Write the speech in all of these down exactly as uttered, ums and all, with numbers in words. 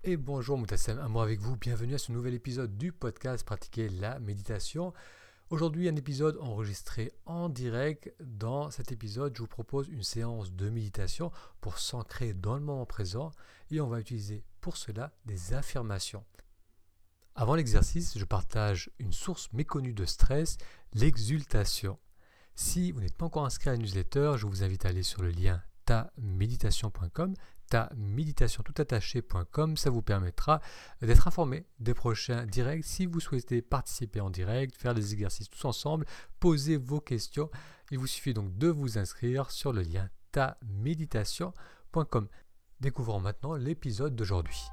Et bonjour Moutassem, amour avec vous, bienvenue à ce nouvel épisode du podcast Pratiquer la méditation. Aujourd'hui un épisode enregistré en direct. Dans cet épisode, je vous propose une séance de méditation pour s'ancrer dans le moment présent et on va utiliser pour cela des affirmations. Avant l'exercice, je partage une source méconnue de stress, l'exultation. Si vous n'êtes pas encore inscrit à la newsletter, je vous invite à aller sur le lien ta méditation point com, ta méditation tout attaché point com. Ça vous permettra d'être informé des prochains directs. Si vous souhaitez participer en direct, faire des exercices tous ensemble, poser vos questions, il vous suffit donc de vous inscrire sur le lien ta méditation point com. Découvrons maintenant l'épisode d'aujourd'hui.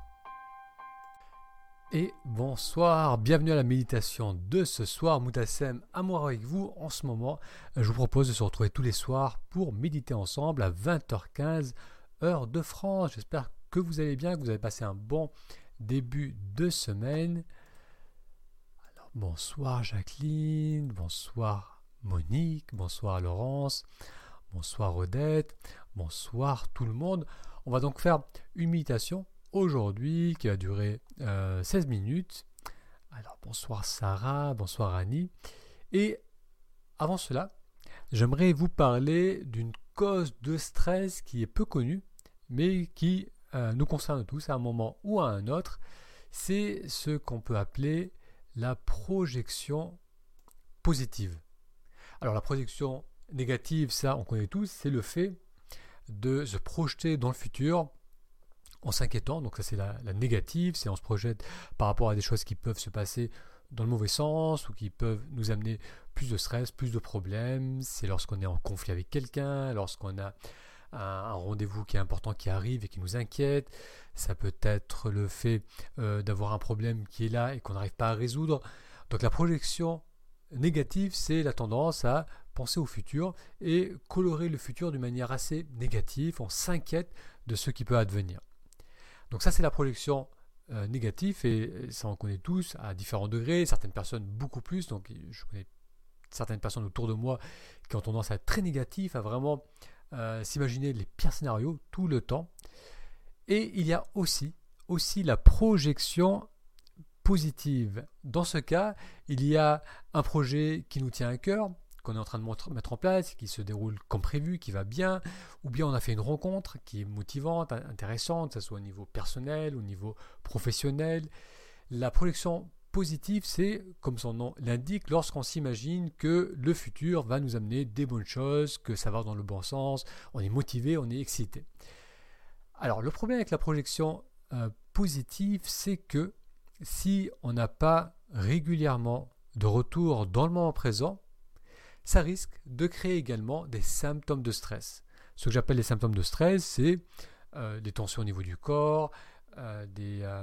Et bonsoir, bienvenue à la méditation de ce soir. Moutassem, amour avec vous. En ce moment, je vous propose de se retrouver tous les soirs pour méditer ensemble à vingt heures quinze, heure de France. J'espère que vous allez bien, que vous avez passé un bon début de semaine. Alors, bonsoir Jacqueline, bonsoir Monique, bonsoir Laurence, bonsoir Odette, bonsoir tout le monde. On va donc faire une méditation aujourd'hui qui va durer euh, seize minutes. Alors bonsoir Sarah, bonsoir Annie. Et avant cela, j'aimerais vous parler d'une cause de stress qui est peu connue, mais qui euh, nous concerne tous à un moment ou à un autre. C'est ce qu'on peut appeler la projection positive. Alors la projection négative, ça on connaît tous, c'est le fait de se projeter dans le futur en s'inquiétant, donc ça c'est la, la négative, c'est on se projette par rapport à des choses qui peuvent se passer dans le mauvais sens ou qui peuvent nous amener plus de stress, plus de problèmes. C'est lorsqu'on est en conflit avec quelqu'un, lorsqu'on a un, un rendez-vous qui est important qui arrive et qui nous inquiète. Ça peut être le fait euh, d'avoir un problème qui est là et qu'on n'arrive pas à résoudre. Donc la projection négative, c'est la tendance à penser au futur et colorer le futur d'une manière assez négative. On s'inquiète de ce qui peut advenir. Donc ça c'est la projection euh, négative et ça on connaît tous à différents degrés, certaines personnes beaucoup plus, donc je connais certaines personnes autour de moi qui ont tendance à être très négatives, à vraiment euh, s'imaginer les pires scénarios tout le temps. Et il y a aussi, aussi la projection positive. Dans ce cas, il y a un projet qui nous tient à cœur, qu'on est en train de mettre en place, qui se déroule comme prévu, qui va bien, ou bien on a fait une rencontre qui est motivante, intéressante, que ce soit au niveau personnel, au niveau professionnel. La projection positive, c'est, comme son nom l'indique, lorsqu'on s'imagine que le futur va nous amener des bonnes choses, que ça va dans le bon sens, on est motivé, on est excité. Alors le problème avec la projection euh, positive, c'est que si on n'a pas régulièrement de retour dans le moment présent, ça risque de créer également des symptômes de stress. Ce que j'appelle les symptômes de stress, c'est euh, des tensions au niveau du corps, euh, des, euh,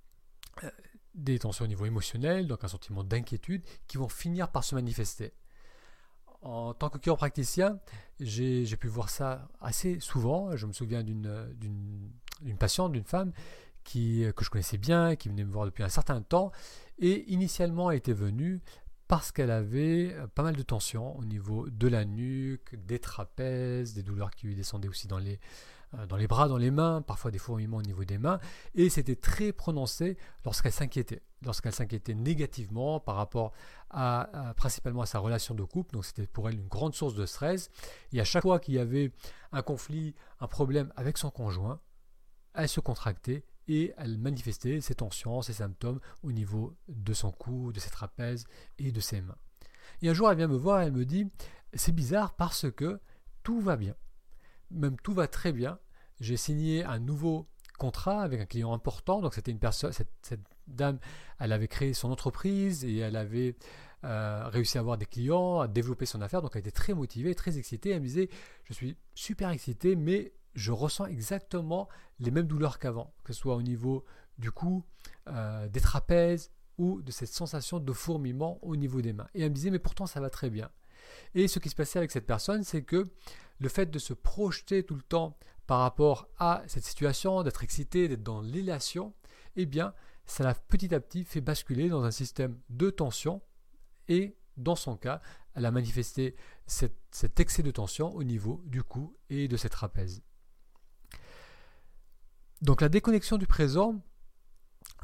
des tensions au niveau émotionnel, donc un sentiment d'inquiétude, qui vont finir par se manifester. En tant que chiropraticien, j'ai, j'ai pu voir ça assez souvent. Je me souviens d'une, d'une, d'une patiente, d'une femme, qui, que je connaissais bien, qui venait me voir depuis un certain temps, et initialement elle était venue parce qu'elle avait pas mal de tensions au niveau de la nuque, des trapèzes, des douleurs qui lui descendaient aussi dans les, euh, dans les bras, dans les mains, parfois des fourmillements au niveau des mains, et c'était très prononcé lorsqu'elle s'inquiétait, lorsqu'elle s'inquiétait négativement par rapport à, à principalement à sa relation de couple, donc c'était pour elle une grande source de stress, et à chaque fois qu'il y avait un conflit, un problème avec son conjoint, elle se contractait, et elle manifestait ses tensions, ses symptômes au niveau de son cou, de ses trapèzes et de ses mains. Et un jour, elle vient me voir et elle me dit « C'est bizarre parce que tout va bien, même tout va très bien. J'ai signé un nouveau contrat avec un client important, donc c'était une personne, cette, cette dame, elle avait créé son entreprise et elle avait euh, réussi à avoir des clients, à développer son affaire, donc elle était très motivée, très excitée. Elle me disait « Je suis super excitée, mais je ressens exactement les mêmes douleurs qu'avant, que ce soit au niveau du cou, euh, des trapèzes ou de cette sensation de fourmillement au niveau des mains. » Et elle me disait, mais pourtant ça va très bien. Et ce qui se passait avec cette personne, c'est que le fait de se projeter tout le temps par rapport à cette situation, d'être excité, d'être dans l'élation, eh bien, ça l'a petit à petit fait basculer dans un système de tension et dans son cas, elle a manifesté cette, cet excès de tension au niveau du cou et de ses trapèzes. Donc la déconnexion du présent,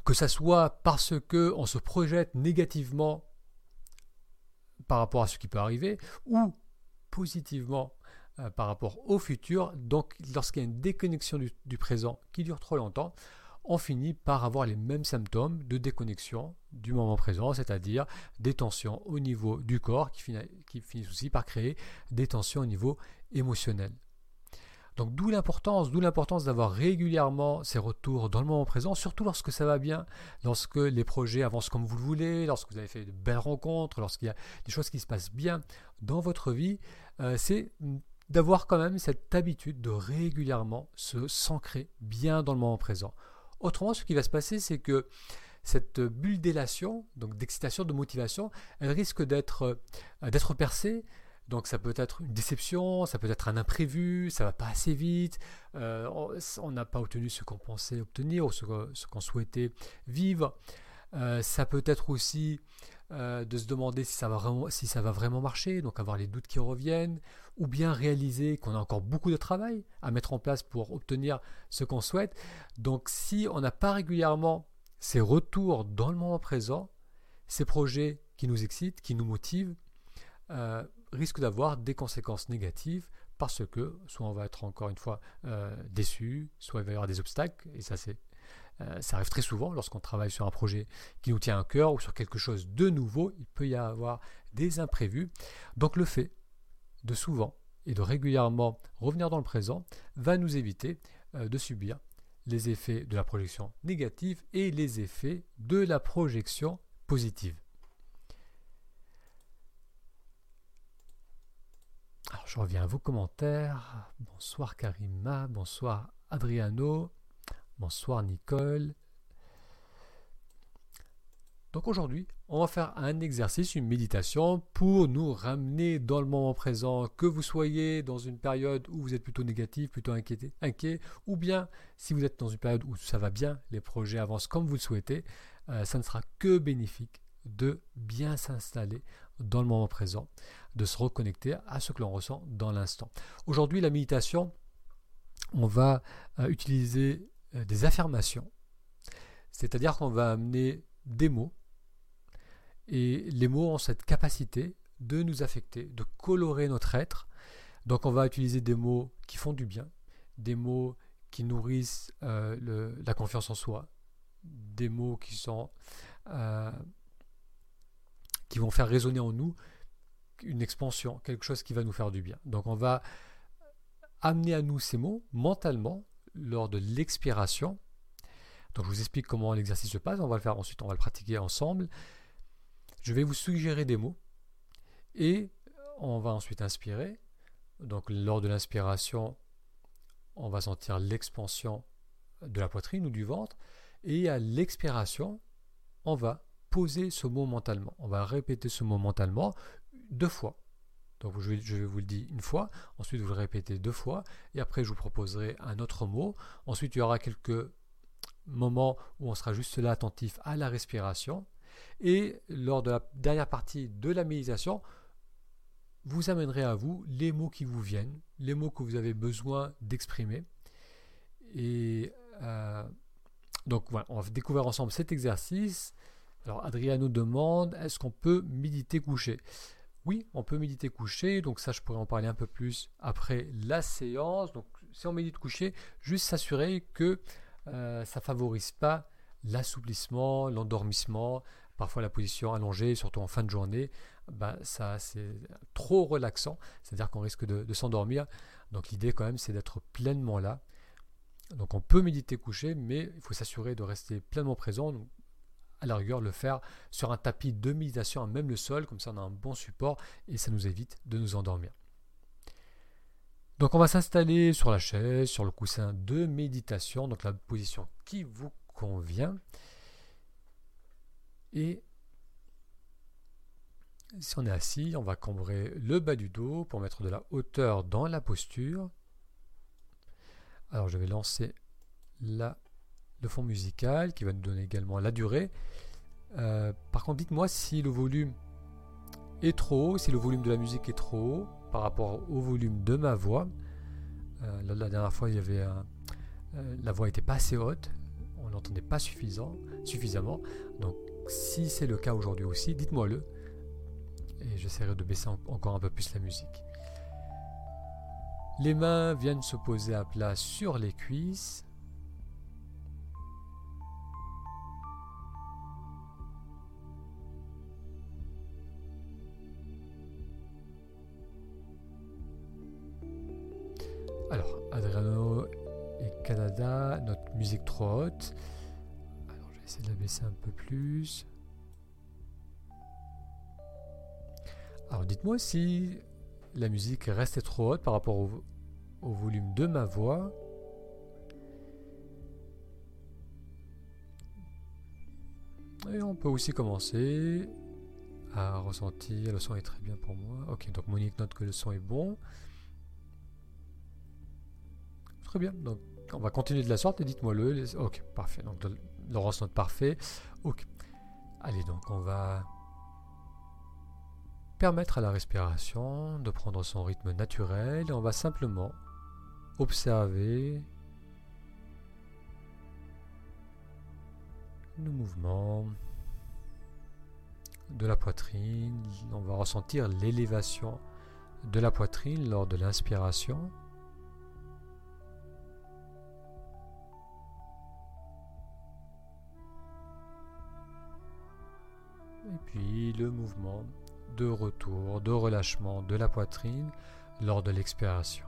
que ça soit parce qu'on se projette négativement par rapport à ce qui peut arriver, ou positivement euh, par rapport au futur. Donc lorsqu'il y a une déconnexion du, du présent qui dure trop longtemps, on finit par avoir les mêmes symptômes de déconnexion du moment présent, c'est-à-dire des tensions au niveau du corps qui, finit, qui finissent aussi par créer des tensions au niveau émotionnel. Donc d'où l'importance, d'où l'importance d'avoir régulièrement ces retours dans le moment présent, surtout lorsque ça va bien, lorsque les projets avancent comme vous le voulez, lorsque vous avez fait de belles rencontres, lorsqu'il y a des choses qui se passent bien dans votre vie, euh, c'est d'avoir quand même cette habitude de régulièrement se s'ancrer bien dans le moment présent. Autrement, ce qui va se passer, c'est que cette bulle d'élation, donc d'excitation, de motivation, elle risque d'être, euh, d'être percée. Donc ça peut être une déception, ça peut être un imprévu, ça ne va pas assez vite, euh, on n'a pas obtenu ce qu'on pensait obtenir ou ce, ce qu'on souhaitait vivre. Euh, ça peut être aussi euh, de se demander si ça, va vraiment, si ça va vraiment marcher, donc avoir les doutes qui reviennent, ou bien réaliser qu'on a encore beaucoup de travail à mettre en place pour obtenir ce qu'on souhaite. Donc si on n'a pas régulièrement ces retours dans le moment présent, ces projets qui nous excitent, qui nous motivent, euh, risque d'avoir des conséquences négatives parce que soit on va être encore une fois euh, déçu, soit il va y avoir des obstacles, et ça, c'est, euh, ça arrive très souvent lorsqu'on travaille sur un projet qui nous tient à cœur ou sur quelque chose de nouveau, il peut y avoir des imprévus. Donc le fait de souvent et de régulièrement revenir dans le présent va nous éviter euh, de subir les effets de la projection négative et les effets de la projection positive. Alors, je reviens à vos commentaires. Bonsoir Karima, bonsoir Adriano, bonsoir Nicole. Donc aujourd'hui, on va faire un exercice, une méditation pour nous ramener dans le moment présent, que vous soyez dans une période où vous êtes plutôt négatif, plutôt inquiété, inquiet, ou bien si vous êtes dans une période où ça va bien, les projets avancent comme vous le souhaitez, euh, ça ne sera que bénéfique de bien s'installer dans le moment présent, de se reconnecter à ce que l'on ressent dans l'instant. Aujourd'hui, la méditation, on va euh, utiliser euh, des affirmations, c'est-à-dire qu'on va amener des mots, et les mots ont cette capacité de nous affecter, de colorer notre être. Donc on va utiliser des mots qui font du bien, des mots qui nourrissent euh, le, la confiance en soi, des mots qui sont euh, qui vont faire résonner en nous une expansion, quelque chose qui va nous faire du bien. Donc on va amener à nous ces mots mentalement lors de l'expiration. Donc je vous explique comment l'exercice se passe, on va le faire ensuite, on va le pratiquer ensemble. Je vais vous suggérer des mots et on va ensuite inspirer. Donc lors de l'inspiration, on va sentir l'expansion de la poitrine ou du ventre, et à l'expiration, on va poser ce mot mentalement. On va répéter ce mot mentalement deux fois. Donc je vais, je vais vous le dire une fois, ensuite vous le répétez deux fois, et après je vous proposerai un autre mot. Ensuite il y aura quelques moments où on sera juste là attentif à la respiration, et lors de la dernière partie de la méditation, vous amènerez à vous les mots qui vous viennent, les mots que vous avez besoin d'exprimer. Et euh, donc voilà, on va découvrir ensemble cet exercice. Alors Adriano demande, est-ce qu'on peut méditer couché ? Oui, on peut méditer couché, donc ça je pourrais en parler un peu plus après la séance. Donc si on médite couché, juste s'assurer que euh, ça ne favorise pas l'assouplissement, l'endormissement. Parfois la position allongée, surtout en fin de journée, bah, ça c'est trop relaxant, c'est-à-dire qu'on risque de, de s'endormir. Donc l'idée quand même c'est d'être pleinement là. Donc on peut méditer couché, mais il faut s'assurer de rester pleinement présent. Donc, à la rigueur, le faire sur un tapis de méditation, même le sol, comme ça on a un bon support et ça nous évite de nous endormir. Donc on va s'installer sur la chaise, sur le coussin de méditation, donc la position qui vous convient. Et si on est assis, on va cambrer le bas du dos pour mettre de la hauteur dans la posture. Alors je vais lancer la, le fond musical qui va nous donner également la durée. Euh, par contre, dites-moi si le volume est trop haut, si le volume de la musique est trop haut par rapport au volume de ma voix. Euh, la, la dernière fois, il y avait un, euh, la voix n'était pas assez haute. On l'entendez pas suffisant, suffisamment. Donc si c'est le cas aujourd'hui aussi, dites-moi-le. Et j'essaierai de baisser en- encore un peu plus la musique. Les mains viennent se poser à plat sur les cuisses. Alors, Adriano et Canada, notre musique trop haute. Alors, je vais essayer de la baisser un peu plus. Alors, dites-moi si la musique restait trop haute par rapport au, au volume de ma voix. Et on peut aussi commencer à ressentir, le son est très bien pour moi. Ok, donc Monique note que le son est bon. Très bien, donc on va continuer de la sorte et dites-moi le. Ok, parfait. Donc Laurence note parfait. Ok. Allez, donc on va permettre à la respiration de prendre son rythme naturel et on va simplement observer le mouvement de la poitrine. On va ressentir l'élévation de la poitrine lors de l'inspiration. Et puis le mouvement de retour, de relâchement de la poitrine lors de l'expiration.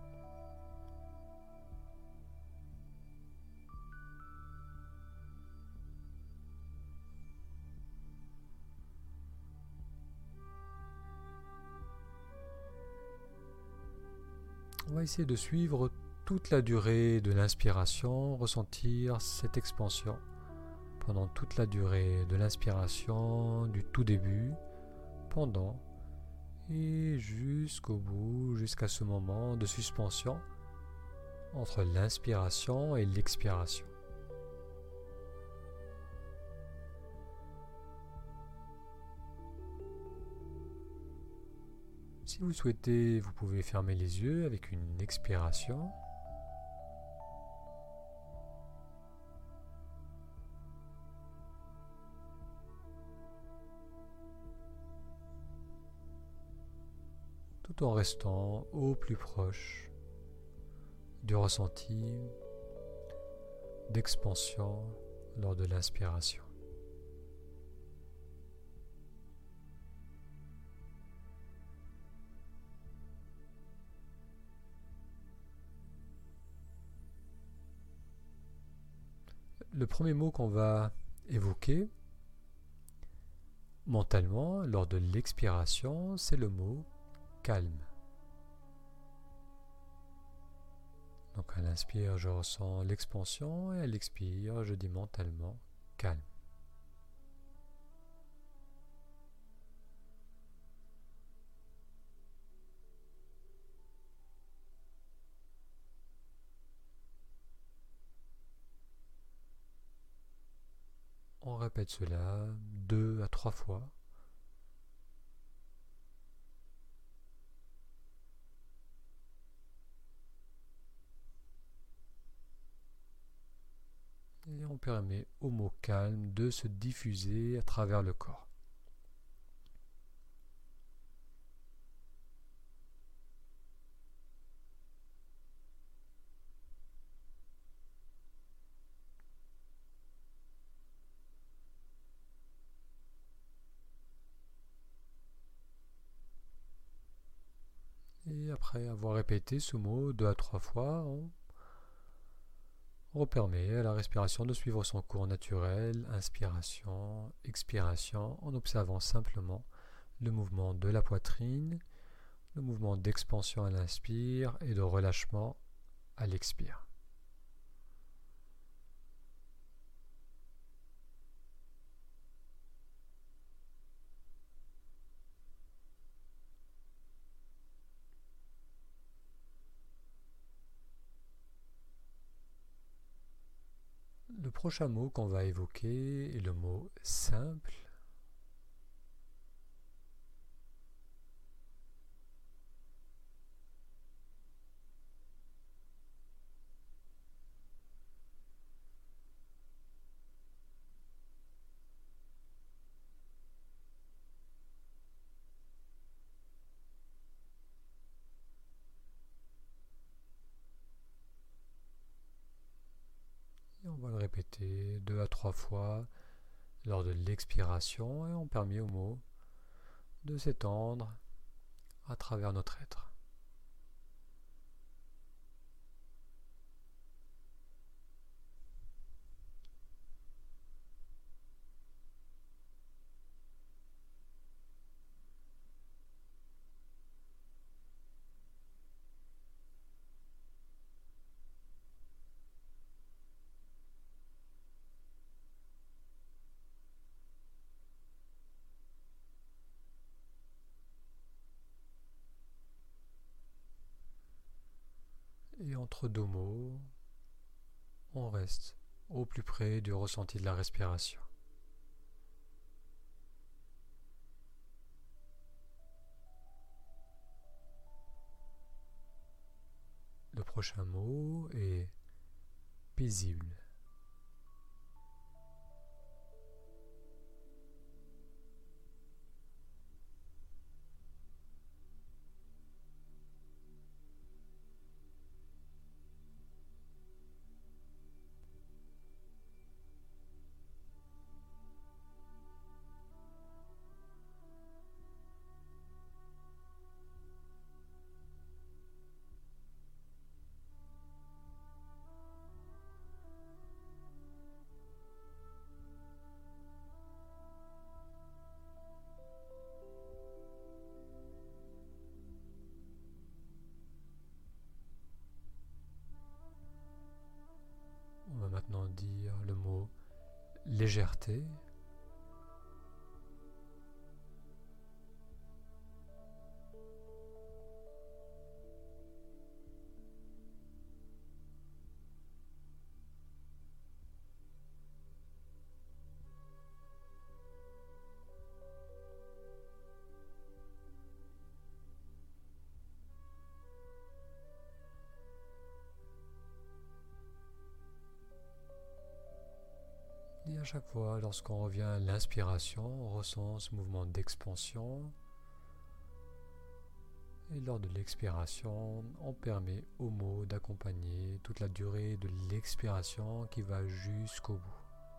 On va essayer de suivre toute la durée de l'inspiration, ressentir cette expansion pendant toute la durée de l'inspiration, du tout début, pendant et jusqu'au bout, jusqu'à ce moment de suspension entre l'inspiration et l'expiration. Si vous souhaitez, vous pouvez fermer les yeux avec une expiration. Tout en restant au plus proche du ressenti d'expansion lors de l'inspiration. Le premier mot qu'on va évoquer mentalement lors de l'expiration, c'est le mot calme. Donc à l'inspire, je ressens l'expansion et à l'expire, je dis mentalement calme. On répète cela deux à trois fois. Et on permet au mot calme de se diffuser à travers le corps. Et après avoir répété ce mot deux à trois fois, on repermet à la respiration de suivre son cours naturel, inspiration, expiration, en observant simplement le mouvement de la poitrine, le mouvement d'expansion à l'inspire et de relâchement à l'expire. Le prochain mot qu'on va évoquer est le mot simple. répéter deux à trois fois lors de l'expiration et on permet au mot de s'étendre à travers notre être. Et entre deux mots, on reste au plus près du ressenti de la respiration. Le prochain mot est paisible. On va maintenant dire le mot légèreté. Et à chaque fois, lorsqu'on revient à l'inspiration, on ressent ce mouvement d'expansion. Et lors de l'expiration, on permet au mot d'accompagner toute la durée de l'expiration qui va jusqu'au bout.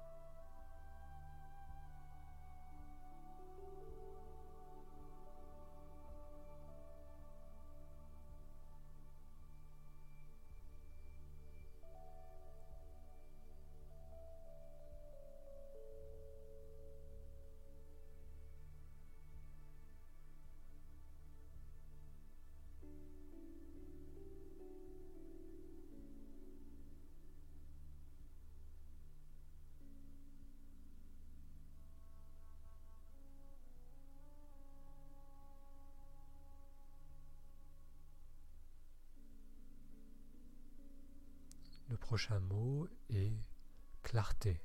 Le prochain mot est clarté.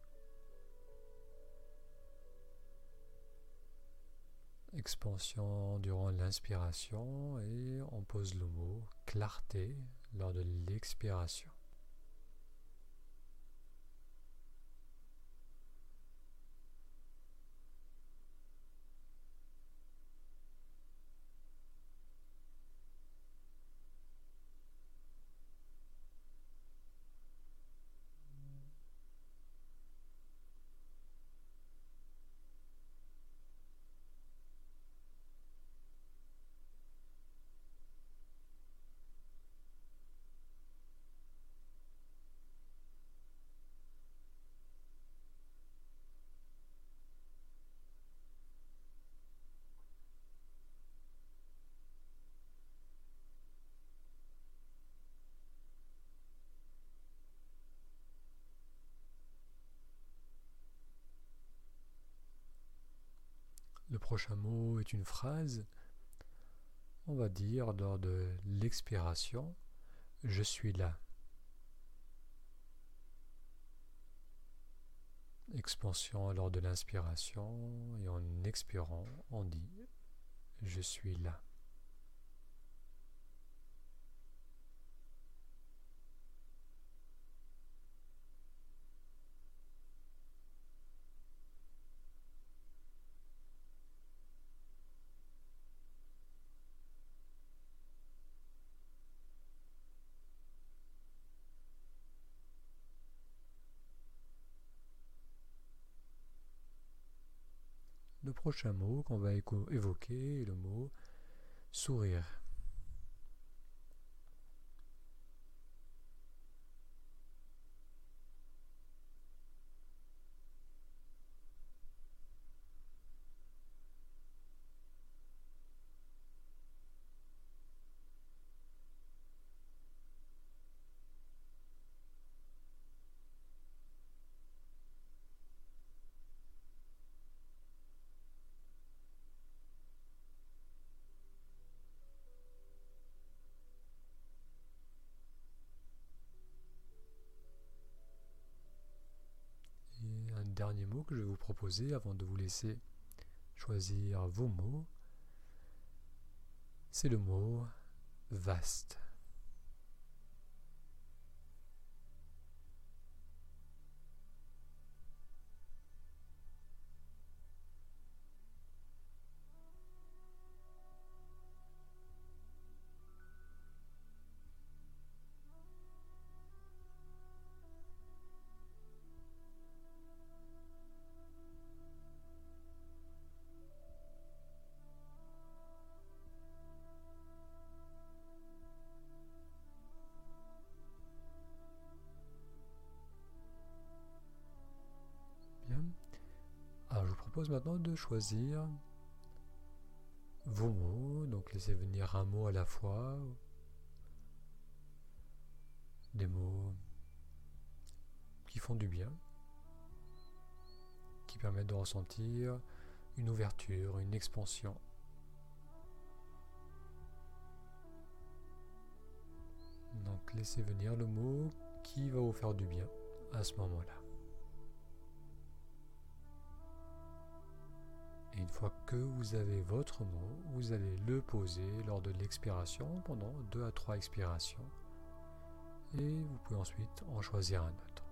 Expansion durant l'inspiration et on pose le mot clarté lors de l'expiration. Le prochain mot est une phrase. On va dire lors de l'expiration, je suis là. Expansion lors de l'inspiration et en expirant, on dit je suis là. le prochain mot qu'on va éco- évoquer est le mot sourire. Et un dernier mot que je vais vous proposer avant de vous laisser choisir vos mots, c'est le mot vaste. Bien. Alors je vous propose maintenant de choisir vos mots, donc laissez venir un mot à la fois, des mots qui font du bien, qui permettent de ressentir une ouverture, une expansion. Donc laissez venir le mot qui va vous faire du bien à ce moment-là. Et une fois que vous avez votre mot, vous allez le poser lors de l'expiration pendant deux à trois expirations. Et vous pouvez ensuite en choisir un autre.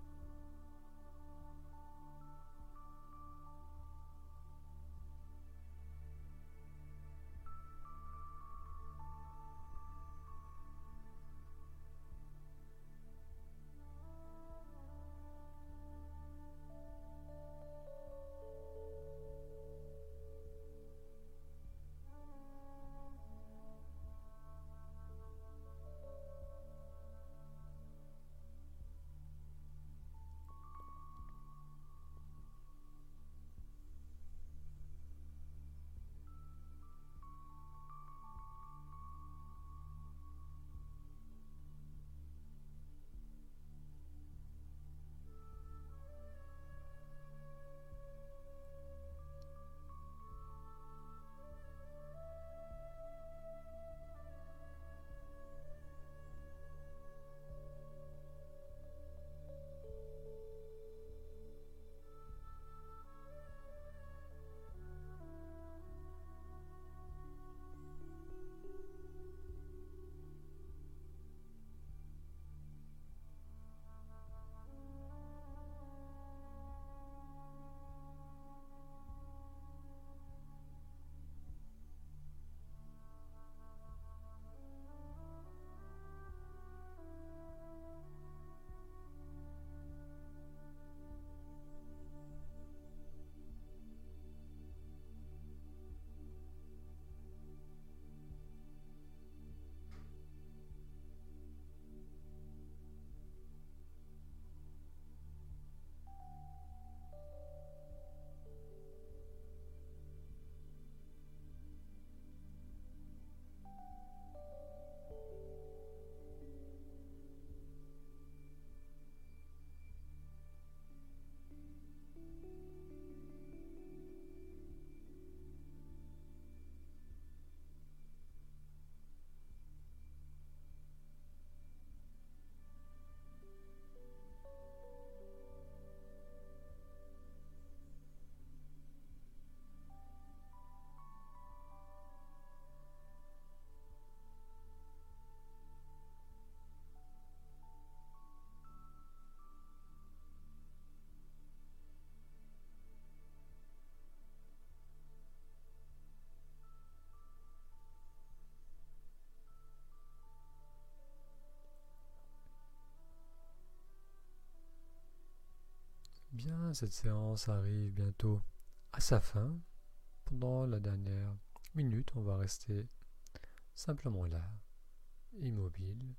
Bien, cette séance arrive bientôt à sa fin. pendant la dernière minute, on va rester simplement là, immobile.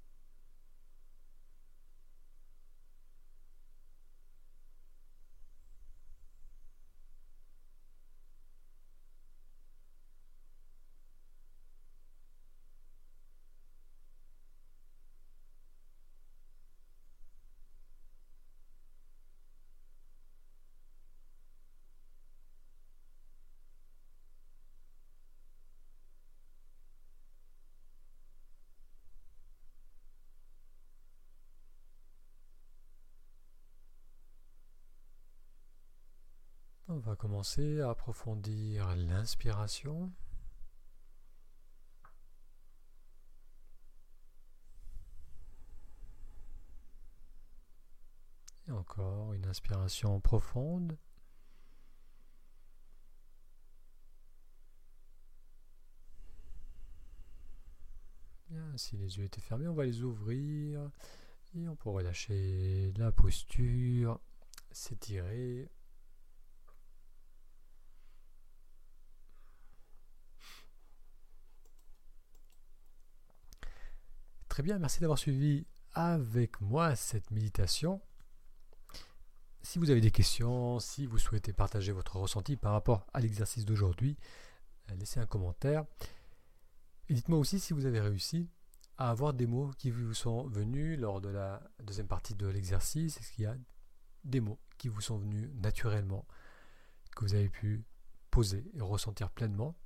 On va commencer à approfondir l'inspiration. Et encore une inspiration profonde. Bien, si les yeux étaient fermés, on va les ouvrir et on peut relâcher la posture, s'étirer. Très bien, merci d'avoir suivi avec moi cette méditation. Si vous avez des questions, si vous souhaitez partager votre ressenti par rapport à l'exercice d'aujourd'hui, laissez un commentaire. Et dites-moi aussi si vous avez réussi à avoir des mots qui vous sont venus lors de la deuxième partie de l'exercice. Est-ce qu'il y a des mots qui vous sont venus naturellement, que vous avez pu poser et ressentir pleinement?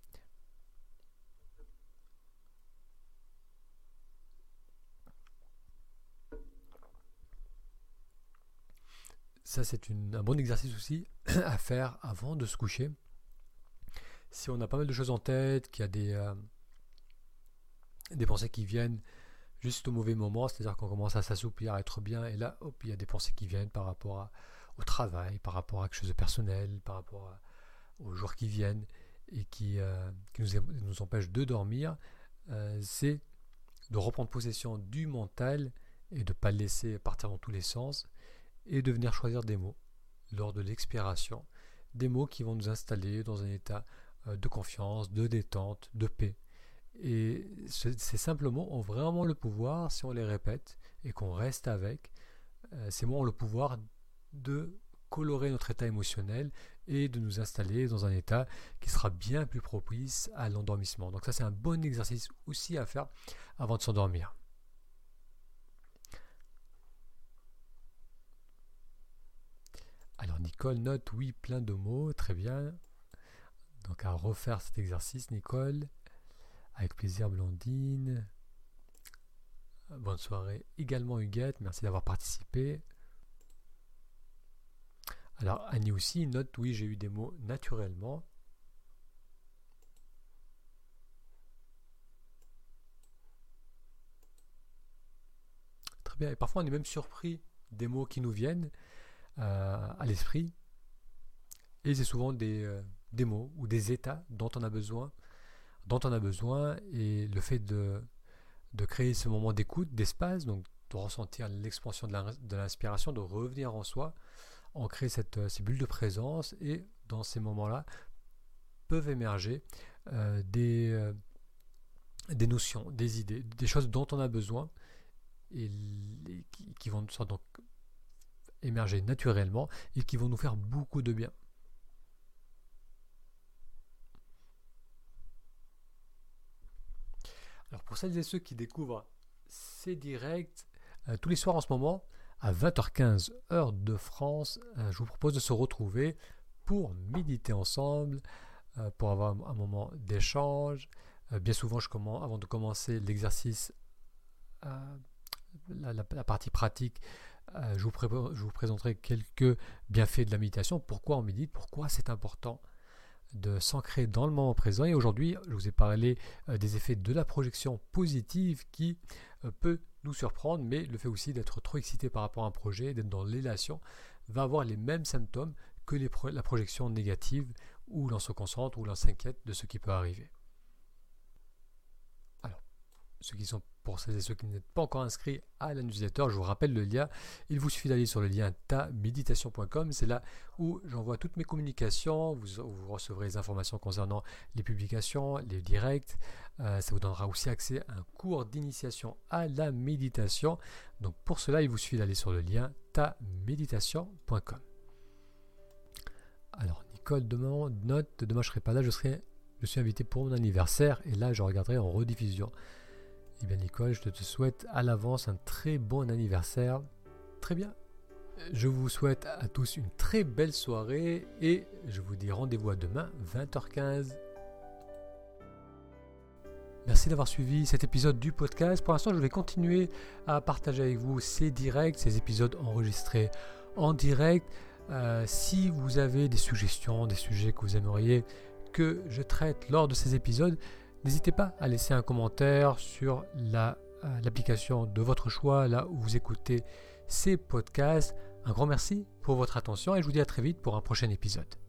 Ça, c'est une, un bon exercice aussi à faire avant de se coucher. Si on a pas mal de choses en tête, qu'il y a des, euh, des pensées qui viennent juste au mauvais moment, c'est-à-dire qu'on commence à s'assoupir, à être bien, et là, hop, il y a des pensées qui viennent par rapport à, au travail, par rapport à quelque chose de personnel, par rapport à, aux jours qui viennent, et qui, euh, qui nous, nous empêchent de dormir, euh, c'est de reprendre possession du mental et de ne pas le laisser partir dans tous les sens, et de venir choisir des mots lors de l'expiration, des mots qui vont nous installer dans un état de confiance, de détente, de paix. Et ces simples mots ont vraiment le pouvoir, si on les répète et qu'on reste avec, ces mots ont le pouvoir de colorer notre état émotionnel et de nous installer dans un état qui sera bien plus propice à l'endormissement. Donc ça, c'est un bon exercice aussi à faire avant de s'endormir. Alors Nicole note, oui, plein de mots, très bien. Donc à refaire cet exercice, Nicole. Avec plaisir, Blandine. Bonne soirée également, Huguette, merci d'avoir participé. Alors Annie aussi note, oui, j'ai eu des mots naturellement. Très bien, et parfois on est même surpris des mots qui nous viennent euh, à l'esprit. Et c'est souvent des, euh, des mots ou des états dont on a besoin, dont on a besoin, et le fait de, de créer ce moment d'écoute, d'espace, donc de ressentir l'expansion de l'inspiration, de revenir en soi, on crée cette, ces bulles de présence, et dans ces moments-là peuvent émerger euh, des, euh, des notions, des idées, des choses dont on a besoin, et les, qui, qui vont donc émerger naturellement et qui vont nous faire beaucoup de bien. Alors pour celles et ceux qui découvrent ces directs, euh, tous les soirs en ce moment, à vingt heures quinze heure de France, euh, je vous propose de se retrouver pour méditer ensemble, euh, pour avoir un, un moment d'échange. Euh, bien souvent, je commence, avant de commencer l'exercice, euh, la, la, la partie pratique, euh, je, vous pré- je vous présenterai quelques bienfaits de la méditation, pourquoi on médite, pourquoi c'est important de s'ancrer dans le moment présent. Et aujourd'hui, je vous ai parlé euh, des effets de la projection positive qui euh, peut nous surprendre, mais le fait aussi d'être trop excité par rapport à un projet, d'être dans l'élation, va avoir les mêmes symptômes que les pro- la projection négative, où l'on se concentre, où l'on s'inquiète de ce qui peut arriver. Alors, ceux qui sont pour celles et ceux qui n'êtes pas encore inscrits à la newsletter, je vous rappelle le lien. Il vous suffit d'aller sur le lien ta méditation point com. C'est là où j'envoie toutes mes communications. Vous, vous recevrez les informations concernant les publications, les directs. Euh, ça vous donnera aussi accès à un cours d'initiation à la méditation. Donc pour cela, il vous suffit d'aller sur le lien ta méditation point com. Alors Nicole demande, note, demain je ne serai pas là, je, serai, je suis invité pour mon anniversaire et là je regarderai en rediffusion. Eh bien Nicole, je te souhaite à l'avance un très bon anniversaire. Très bien. Je vous souhaite à tous une très belle soirée et je vous dis rendez-vous à demain, vingt heures quinze. Merci d'avoir suivi cet épisode du podcast. Pour l'instant, je vais continuer à partager avec vous ces directs, ces épisodes enregistrés en direct. Euh, si vous avez des suggestions, des sujets que vous aimeriez que je traite lors de ces épisodes, n'hésitez pas à laisser un commentaire sur la, euh, l'application de votre choix, là où vous écoutez ces podcasts. Un grand merci pour votre attention et je vous dis à très vite pour un prochain épisode.